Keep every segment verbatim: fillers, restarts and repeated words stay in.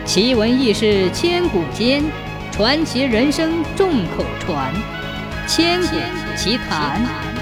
奇闻异事千古间，传奇人生众口传。千古奇谈。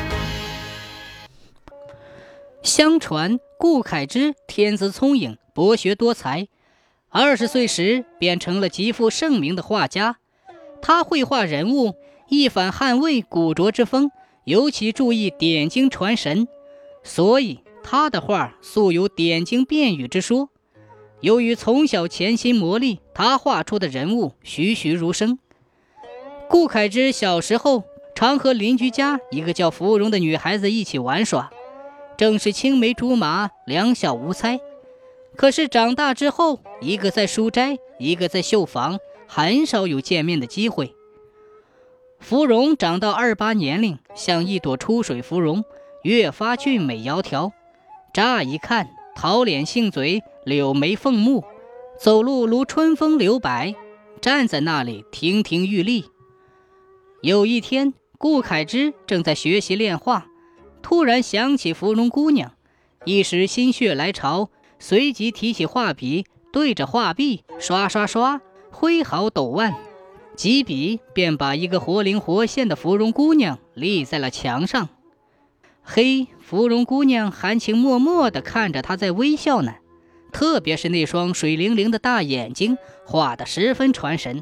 相传顾恺之天资聪颖，博学多才，二十岁时便成了极负盛名的画家。他绘画人物，一反汉魏古拙之风，尤其注意点睛传神，所以他的画素有点睛辨语之说。由于从小潜心磨砺，他画出的人物栩栩如生。顾恺之小时候常和邻居家一个叫芙蓉的女孩子一起玩耍，正是青梅竹马，两小无猜。可是长大之后，一个在书斋，一个在绣坊，很少有见面的机会。芙蓉长到二八年龄，像一朵出水芙蓉，越发俊美窈窕。乍一看，桃脸杏嘴，柳眉凤目，走路如春风柳柏，站在那里亭亭玉立。有一天，顾恺之正在学习练画，突然想起芙蓉姑娘，一时心血来潮，随即提起画笔，对着画壁刷刷刷挥毫抖腕，几笔便把一个活灵活现的芙蓉姑娘立在了墙上。嘿，芙蓉姑娘含情脉脉地看着他在微笑呢，特别是那双水灵灵的大眼睛，画得十分传神。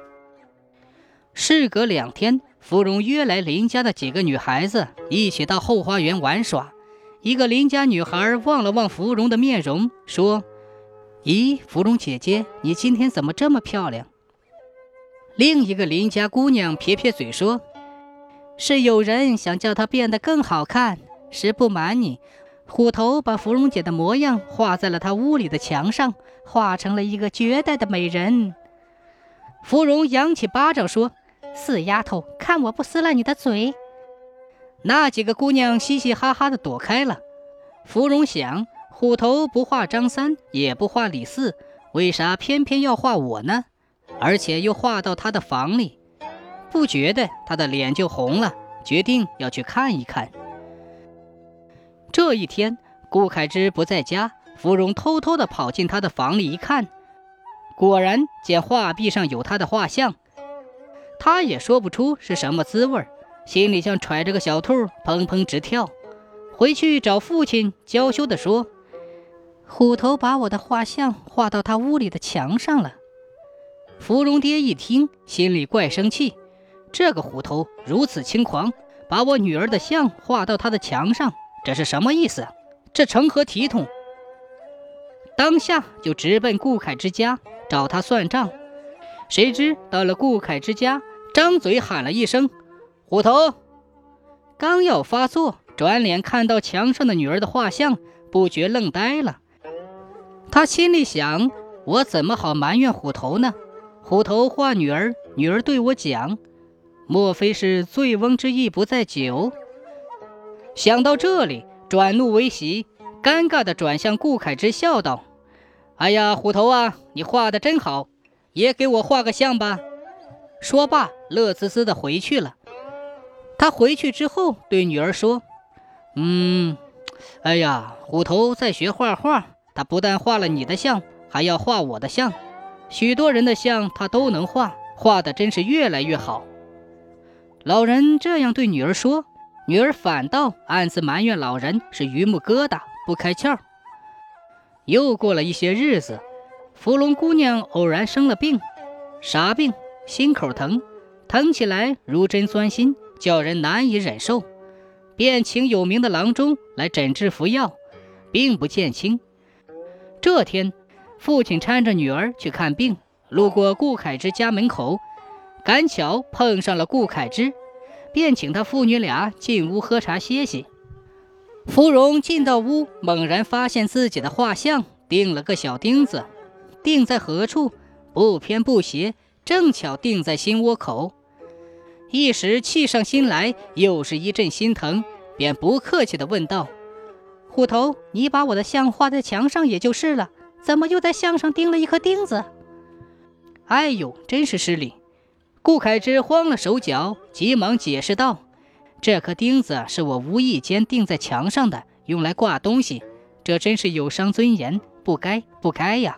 事隔两天，芙蓉约来邻家的几个女孩子一起到后花园玩耍。一个邻家女孩望了望芙蓉的面容，说：咦，芙蓉姐姐，你今天怎么这么漂亮？另一个邻家姑娘撇撇嘴说：是有人想叫她变得更好看，实不瞒你，虎头把芙蓉姐的模样画在了她屋里的墙上，画成了一个绝代的美人。芙蓉扬起巴掌说：死丫头，看我不撕烂你的嘴！那几个姑娘嘻嘻哈哈地躲开了。芙蓉想，虎头不画张三，也不画李四，为啥偏偏要画我呢？而且又画到他的房里，不觉得他的脸就红了，决定要去看一看。这一天，顾恺之不在家，芙蓉偷偷地跑进他的房里一看，果然见画壁上有他的画像。他也说不出是什么滋味，心里像揣着个小兔，砰砰直跳。回去找父亲，娇羞地说：虎头把我的画像画到他屋里的墙上了。芙蓉爹一听，心里怪生气，这个虎头如此轻狂，把我女儿的像画到他的墙上，这是什么意思？这成何体统？当下就直奔顾恺之家，找他算账。谁知到了顾恺之家，张嘴喊了一声虎头，刚要发作，转脸看到墙上的女儿的画像，不觉愣呆了。他心里想，我怎么好埋怨虎头呢？虎头画女儿，女儿对我讲，莫非是醉翁之意不在酒？想到这里，转怒为喜，尴尬地转向顾恺之笑道：哎呀，虎头啊，你画得真好，也给我画个像吧。说罢，乐滋滋地回去了。他回去之后对女儿说：嗯，哎呀，虎头在学画画，他不但画了你的像，还要画我的像，许多人的像他都能画，画得真是越来越好。老人这样对女儿说，女儿反倒暗自埋怨老人是榆木疙瘩，不开窍。又过了一些日子，芙蓉姑娘偶然生了病，啥病？心口疼，疼起来如针钻心，叫人难以忍受，便请有名的郎中来诊治服药，并不见轻。这天，父亲搀着女儿去看病，路过顾恺之家门口，赶巧碰上了顾恺之，便请他父女俩进屋喝茶歇息。芙蓉进到屋，猛然发现自己的画像钉了个小钉子，钉在何处？不偏不斜，正巧钉在心窝口。一时气上心来，又是一阵心疼，便不客气地问道：虎头，你把我的像画在墙上也就是了，怎么又在像上钉了一颗钉子？哎呦，真是失礼！顾恺之慌了手脚，急忙解释道：这颗钉子是我无意间钉在墙上的，用来挂东西，这真是有伤尊严，不该不该呀！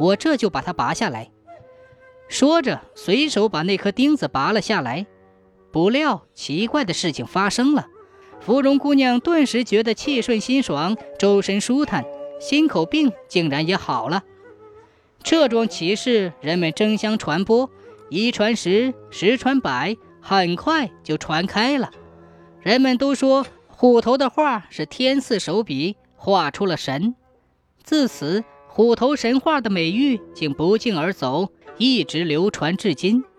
我这就把它拔下来。”说着，随手把那颗钉子拔了下来。不料，奇怪的事情发生了。芙蓉姑娘顿时觉得气顺心爽，周身舒坦，心口病竟然也好了。这桩奇事，人们争相传播，一传十，十传百，很快就传开了。人们都说虎头的画是天赐手笔，画出了神。自此，虎头神画的美誉竟不胫而走，一直流传至今。